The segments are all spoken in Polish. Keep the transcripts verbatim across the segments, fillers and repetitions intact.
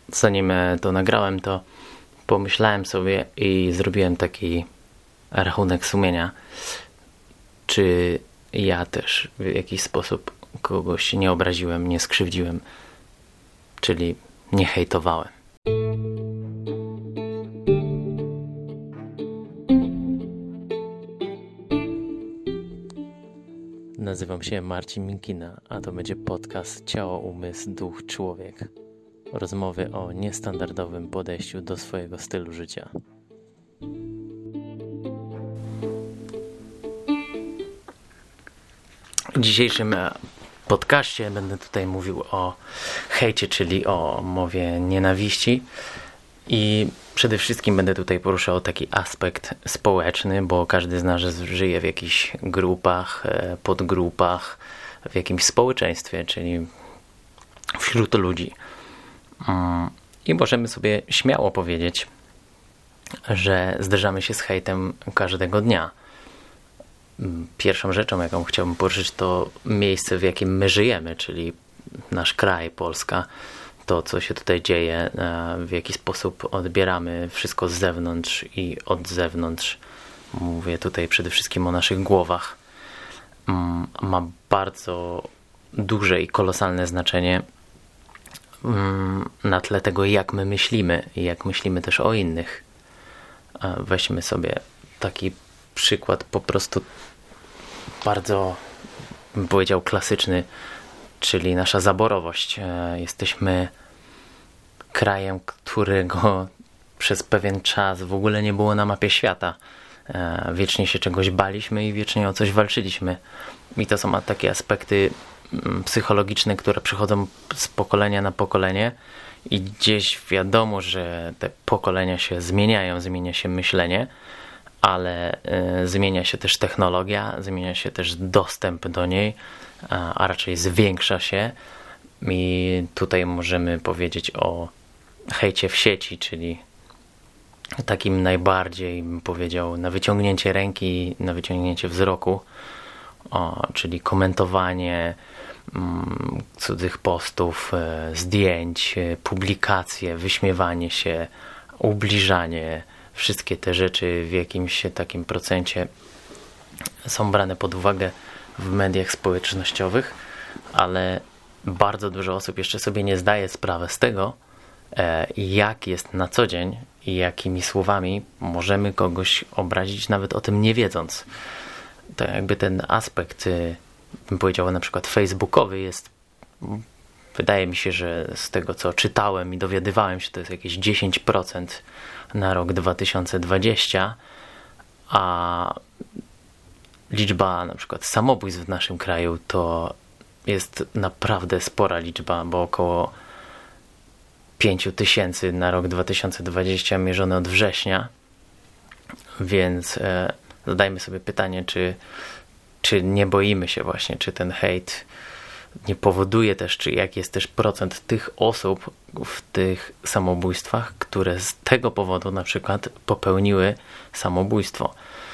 zanim to nagrałem, to pomyślałem sobie i zrobiłem taki rachunek sumienia, czy ja też w jakiś sposób kogoś nie obraziłem, nie skrzywdziłem, czyli nie hejtowałem. Nazywam się Marcin Minkina, a to będzie podcast Ciało, Umysł, Duch, Człowiek. Rozmowy o niestandardowym podejściu do swojego stylu życia. W dzisiejszym podcaście będę tutaj mówił o hejcie, czyli o mowie nienawiści, i przede wszystkim będę tutaj poruszał taki aspekt społeczny, bo każdy z nas żyje w jakichś grupach, podgrupach, w jakimś społeczeństwie, czyli wśród ludzi. I możemy sobie śmiało powiedzieć, że zderzamy się z hejtem każdego dnia. Pierwszą rzeczą, jaką chciałbym poruszyć, to miejsce, w jakim my żyjemy, czyli nasz kraj, Polska. To, co się tutaj dzieje, w jaki sposób odbieramy wszystko z zewnątrz i od zewnątrz. Mówię tutaj przede wszystkim o naszych głowach. Ma bardzo duże i kolosalne znaczenie na tle tego, jak my myślimy i jak myślimy też o innych. Weźmy sobie taki przykład po prostu bardzo, bym powiedział, klasyczny, czyli nasza zaborowość. Jesteśmy krajem, którego przez pewien czas w ogóle nie było na mapie świata. Wiecznie się czegoś baliśmy i wiecznie o coś walczyliśmy. I to są takie aspekty psychologiczne, które przychodzą z pokolenia na pokolenie i gdzieś wiadomo, że te pokolenia się zmieniają, zmienia się myślenie, ale y, zmienia się też technologia, zmienia się też dostęp do niej, a, a raczej zwiększa się. I tutaj możemy powiedzieć o hejcie w sieci, czyli takim najbardziej, bym powiedział, na wyciągnięcie ręki, na wyciągnięcie wzroku, o, czyli komentowanie mm, cudzych postów, e, zdjęć, e, publikacje, wyśmiewanie się, ubliżanie. Wszystkie te rzeczy w jakimś takim procencie są brane pod uwagę w mediach społecznościowych, ale bardzo dużo osób jeszcze sobie nie zdaje sprawy z tego, jak jest na co dzień i jakimi słowami możemy kogoś obrazić, nawet o tym nie wiedząc. To jakby ten aspekt, bym powiedział, na przykład facebookowy jest, wydaje mi się, że z tego, co czytałem i dowiadywałem się, to jest jakieś dziesięć procent na rok dwa tysiące dwudziesty, a liczba na przykład samobójstw w naszym kraju to jest naprawdę spora liczba, bo około pięć tysięcy na rok dwa tysiące dwudziesty mierzone od września, więc e, zadajmy sobie pytanie, czy, czy nie boimy się właśnie, czy ten hejt nie powoduje też, czy jaki jest też procent tych osób w tych samobójstwach, które z tego powodu na przykład popełniły samobójstwo.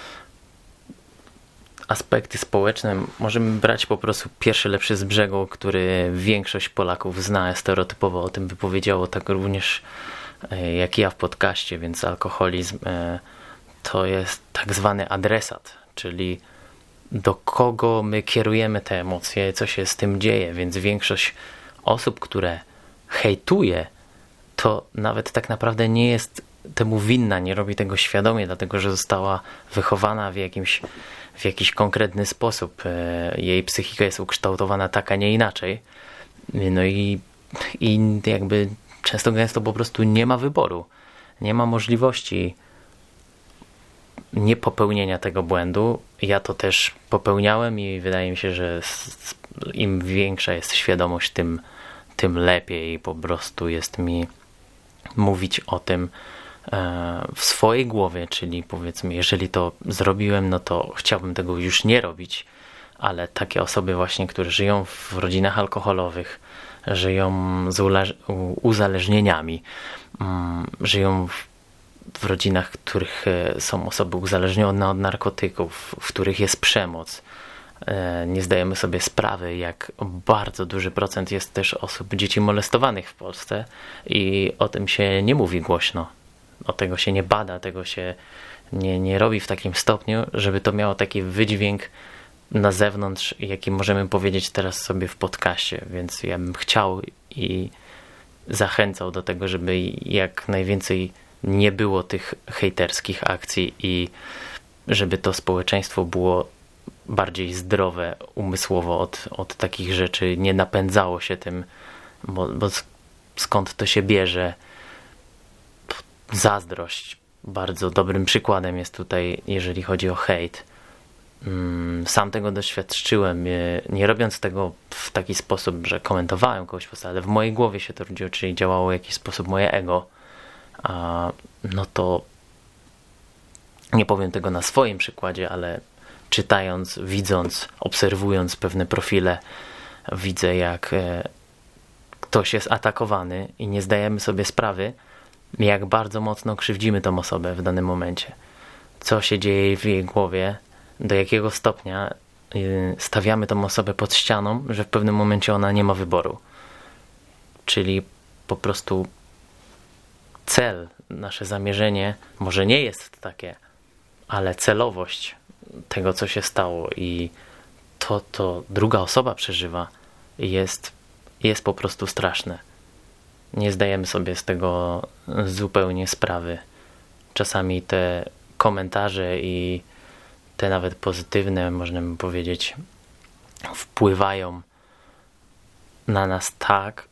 Aspekty społeczne możemy brać po prostu pierwszy lepszy z brzegu, który większość Polaków zna, stereotypowo o tym wypowiedziało, tak również jak ja w podcaście, więc alkoholizm to jest tak zwany adresat, czyli do kogo my kierujemy te emocje, co się z tym dzieje, więc większość osób, które hejtuje, to nawet tak naprawdę nie jest temu winna, nie robi tego świadomie, dlatego że została wychowana w jakimś w jakiś konkretny sposób. Jej psychika jest ukształtowana tak, a nie inaczej. No i, i jakby często gęsto po prostu nie ma wyboru. Nie ma możliwości nie popełnienia tego błędu. Ja to też popełniałem i wydaje mi się, że im większa jest świadomość, tym, tym lepiej po prostu jest mi mówić o tym w swojej głowie, czyli powiedzmy, jeżeli to zrobiłem, no to chciałbym tego już nie robić, ale takie osoby właśnie, które żyją w rodzinach alkoholowych, żyją z uzależnieniami, żyją w, w rodzinach, w których są osoby uzależnione od narkotyków, w których jest przemoc, Nie zdajemy sobie sprawy, jak bardzo duży procent jest też osób, dzieci molestowanych w Polsce i o tym się nie mówi głośno. O tego się nie bada, tego się nie, nie robi w takim stopniu, żeby to miało taki wydźwięk na zewnątrz, jaki możemy powiedzieć teraz sobie w podcaście. Więc ja bym chciał i zachęcał do tego, żeby jak najwięcej nie było tych hejterskich akcji i żeby to społeczeństwo było bardziej zdrowe umysłowo od, od takich rzeczy, nie napędzało się tym, bo, bo skąd to się bierze? Zazdrość bardzo dobrym przykładem jest tutaj, jeżeli chodzi o hejt. Sam tego doświadczyłem, nie robiąc tego w taki sposób, że komentowałem kogoś, ale w mojej głowie się to rodziło, czyli działało w jakiś sposób moje ego. No to nie powiem tego na swoim przykładzie, ale czytając, widząc, obserwując pewne profile, widzę, jak ktoś jest atakowany i nie zdajemy sobie sprawy, jak bardzo mocno krzywdzimy tą osobę w danym momencie. Co się dzieje w jej głowie, do jakiego stopnia stawiamy tą osobę pod ścianą, że w pewnym momencie ona nie ma wyboru. Czyli po prostu cel, nasze zamierzenie może nie jest takie, ale celowość tego, co się stało i to, to druga osoba przeżywa, jest, jest po prostu straszne. Nie zdajemy sobie z tego zupełnie sprawy. Czasami te komentarze i te nawet pozytywne, można by powiedzieć, wpływają na nas tak,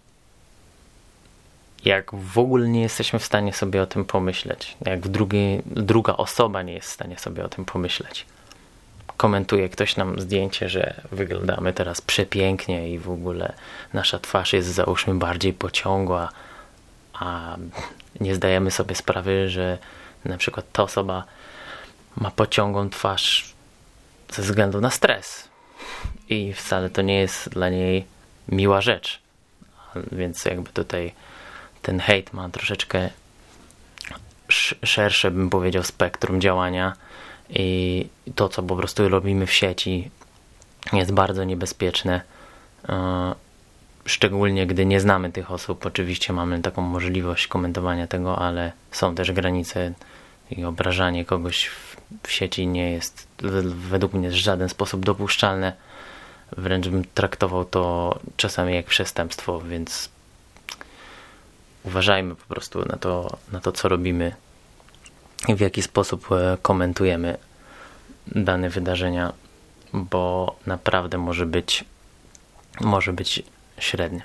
jak w ogóle nie jesteśmy w stanie sobie o tym pomyśleć. Jak w drugiej, druga osoba nie jest w stanie sobie o tym pomyśleć. Komentuje ktoś nam zdjęcie, że wyglądamy teraz przepięknie i w ogóle nasza twarz jest, załóżmy, bardziej pociągła, a nie zdajemy sobie sprawy, że na przykład ta osoba ma pociągłą twarz ze względu na stres i wcale to nie jest dla niej miła rzecz. Więc jakby tutaj ten hejt ma troszeczkę szersze, bym powiedział, spektrum działania i to, co po prostu robimy w sieci, jest bardzo niebezpieczne. Szczególnie gdy nie znamy tych osób. Oczywiście mamy taką możliwość komentowania tego, ale są też granice i obrażanie kogoś w, w sieci nie jest według mnie w żaden sposób dopuszczalne. Wręcz bym traktował to czasami jak przestępstwo, więc uważajmy po prostu na to, na to co robimy i w jaki sposób komentujemy dane wydarzenia, bo naprawdę może być może być średnio.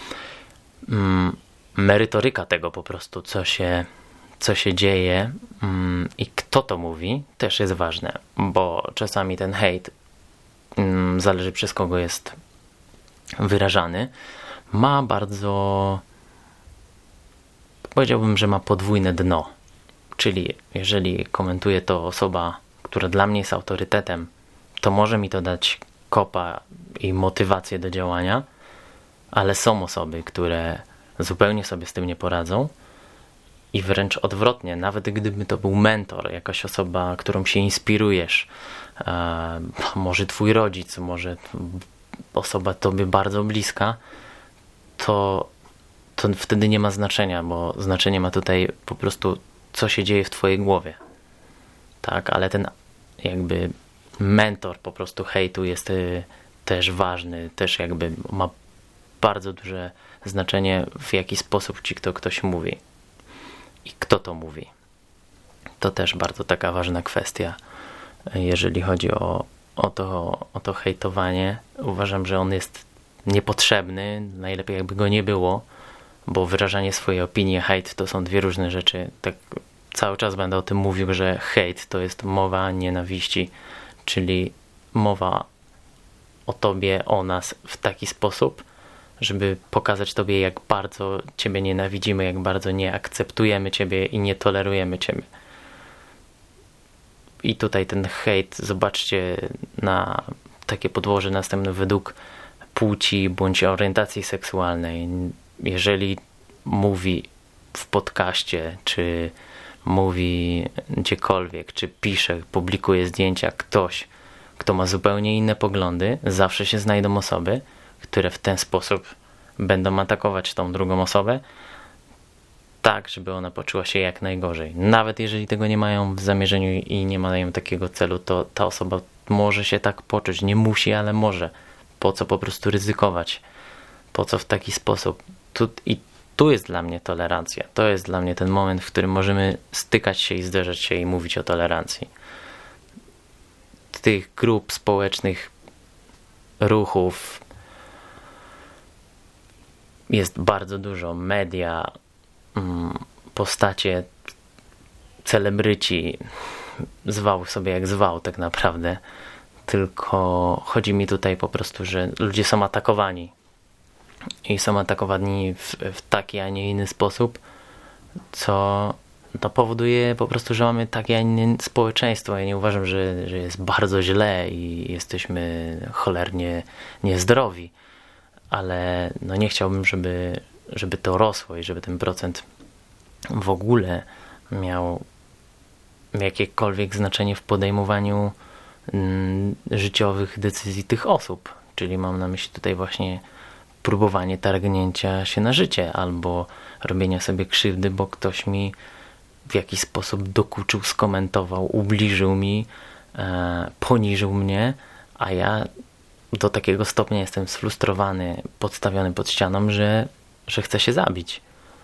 Merytoryka tego po prostu, co się, co się dzieje i kto to mówi, też jest ważne, bo czasami ten hejt, zależy przez kogo jest wyrażany, ma bardzo, powiedziałbym, że ma podwójne dno. Czyli jeżeli komentuje to osoba, która dla mnie jest autorytetem, to może mi to dać kopa i motywację do działania, ale są osoby, które zupełnie sobie z tym nie poradzą i wręcz odwrotnie, nawet gdyby to był mentor, jakaś osoba, którą się inspirujesz, e, może twój rodzic, może osoba tobie bardzo bliska, to, to wtedy nie ma znaczenia, bo znaczenie ma tutaj po prostu, co się dzieje w twojej głowie. Tak, ale ten jakby mentor po prostu hejtu jest y, też ważny, też jakby ma bardzo duże znaczenie, w jaki sposób ci to ktoś mówi i kto to mówi. To też bardzo taka ważna kwestia, jeżeli chodzi o, o, to, o to hejtowanie. Uważam, że on jest niepotrzebny, najlepiej jakby go nie było, bo wyrażanie swojej opinii, hejt to są dwie różne rzeczy. Tak cały czas będę o tym mówił, że hejt to jest mowa nienawiści, czyli mowa o tobie, o nas w taki sposób, żeby pokazać tobie, jak bardzo ciebie nienawidzimy, jak bardzo nie akceptujemy ciebie i nie tolerujemy ciebie. I tutaj ten hejt, zobaczcie na takie podłoże następne według płci bądź orientacji seksualnej. Jeżeli mówi w podcaście, czy mówi gdziekolwiek, czy pisze, publikuje zdjęcia ktoś, kto ma zupełnie inne poglądy, zawsze się znajdą osoby, które w ten sposób będą atakować tą drugą osobę, tak, żeby ona poczuła się jak najgorzej. Nawet jeżeli tego nie mają w zamierzeniu i nie mają takiego celu, to ta osoba może się tak poczuć. Nie musi, ale może. Po co po prostu ryzykować? Po co w taki sposób? Tu, I tu jest dla mnie tolerancja. To jest dla mnie ten moment, w którym możemy stykać się i zderzać się i mówić o tolerancji. Tych grup społecznych, ruchów jest bardzo dużo. Media, postacie, celebryci, zwał sobie jak zwał tak naprawdę, tylko chodzi mi tutaj po prostu, że ludzie są atakowani i są atakowani w, w taki, a nie inny sposób, co to powoduje po prostu, że mamy takie, a inne społeczeństwo. Ja nie uważam, że, że jest bardzo źle i jesteśmy cholernie niezdrowi, ale no nie chciałbym, żeby żeby to rosło i żeby ten procent w ogóle miał jakiekolwiek znaczenie w podejmowaniu mm, życiowych decyzji tych osób. Czyli mam na myśli tutaj właśnie próbowanie targnięcia się na życie albo robienia sobie krzywdy, bo ktoś mi w jakiś sposób dokuczył, skomentował, ubliżył mi, e, poniżył mnie, a ja do takiego stopnia jestem sfrustrowany, podstawiony pod ścianą, że że chce się zabić.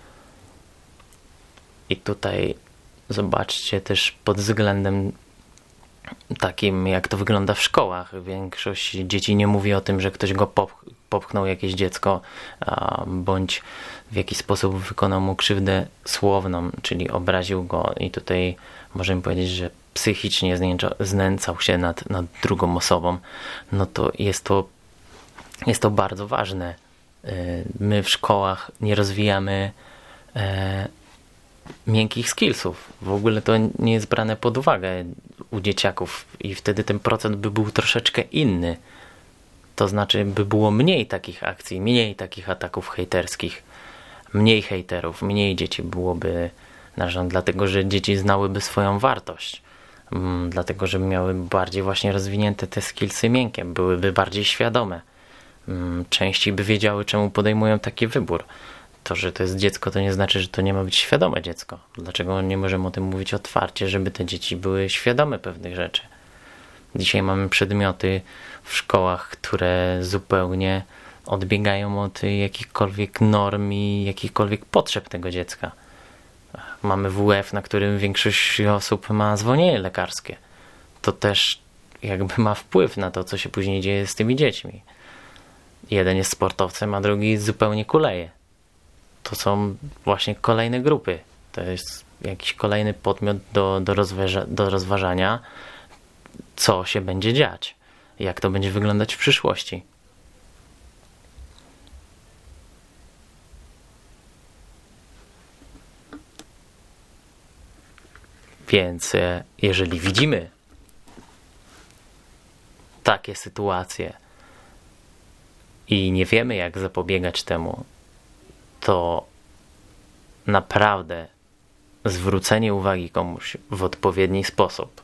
I tutaj zobaczcie też pod względem takim, jak to wygląda w szkołach. Większość dzieci nie mówi o tym, że ktoś go pop- popchnął, jakieś dziecko, a, bądź w jakiś sposób wykonał mu krzywdę słowną, czyli obraził go i tutaj możemy powiedzieć, że psychicznie znęcza- znęcał się nad, nad drugą osobą. No to jest to jest to bardzo ważne. My w szkołach nie rozwijamy e, miękkich skillsów. W ogóle to nie jest brane pod uwagę u dzieciaków i wtedy ten procent by był troszeczkę inny. To znaczy by było mniej takich akcji, mniej takich ataków hejterskich, mniej hejterów, mniej dzieci byłoby narażone, dlatego że dzieci znałyby swoją wartość. Dlatego, że miały bardziej właśnie rozwinięte te skillsy miękkie, byłyby bardziej świadome. Częściej by wiedziały, czemu podejmują taki wybór. To, że to jest dziecko, to nie znaczy, że to nie ma być świadome dziecko. Dlaczego nie możemy o tym mówić otwarcie, żeby te dzieci były świadome pewnych rzeczy? Dzisiaj mamy przedmioty w szkołach, które zupełnie odbiegają od jakichkolwiek norm i jakichkolwiek potrzeb tego dziecka. Mamy W F, na którym większość osób ma zwolnienie lekarskie. To też jakby ma wpływ na to, co się później dzieje z tymi dziećmi. Jeden jest sportowcem, a drugi zupełnie kuleje. To są właśnie kolejne grupy. To jest jakiś kolejny podmiot do, do, rozważa, do rozważania, co się będzie dziać. Jak to będzie wyglądać w przyszłości. Więc jeżeli widzimy takie sytuacje i nie wiemy, jak zapobiegać temu, to naprawdę zwrócenie uwagi komuś w odpowiedni sposób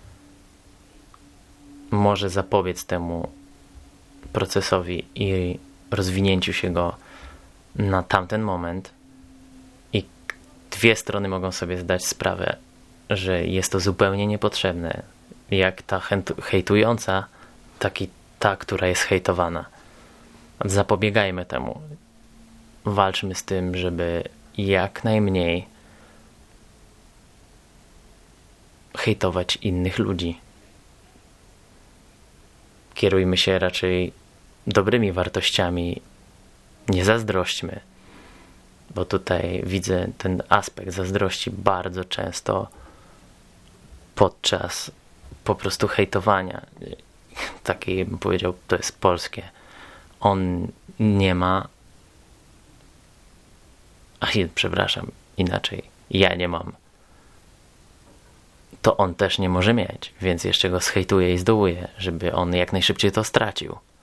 może zapobiec temu procesowi i rozwinięciu się go na tamten moment. I dwie strony mogą sobie zdać sprawę, że jest to zupełnie niepotrzebne. Jak ta hejtująca, tak i ta, która jest hejtowana. Zapobiegajmy temu. Walczmy z tym, żeby jak najmniej hejtować innych ludzi. Kierujmy się raczej dobrymi wartościami. Nie zazdrośćmy. Bo tutaj widzę ten aspekt zazdrości bardzo często podczas po prostu hejtowania. Taki bym powiedział, to jest polskie. On nie ma, a przepraszam, inaczej, ja nie mam. To on też nie może mieć, więc jeszcze go zhejtuję i zdołuję, żeby on jak najszybciej to stracił.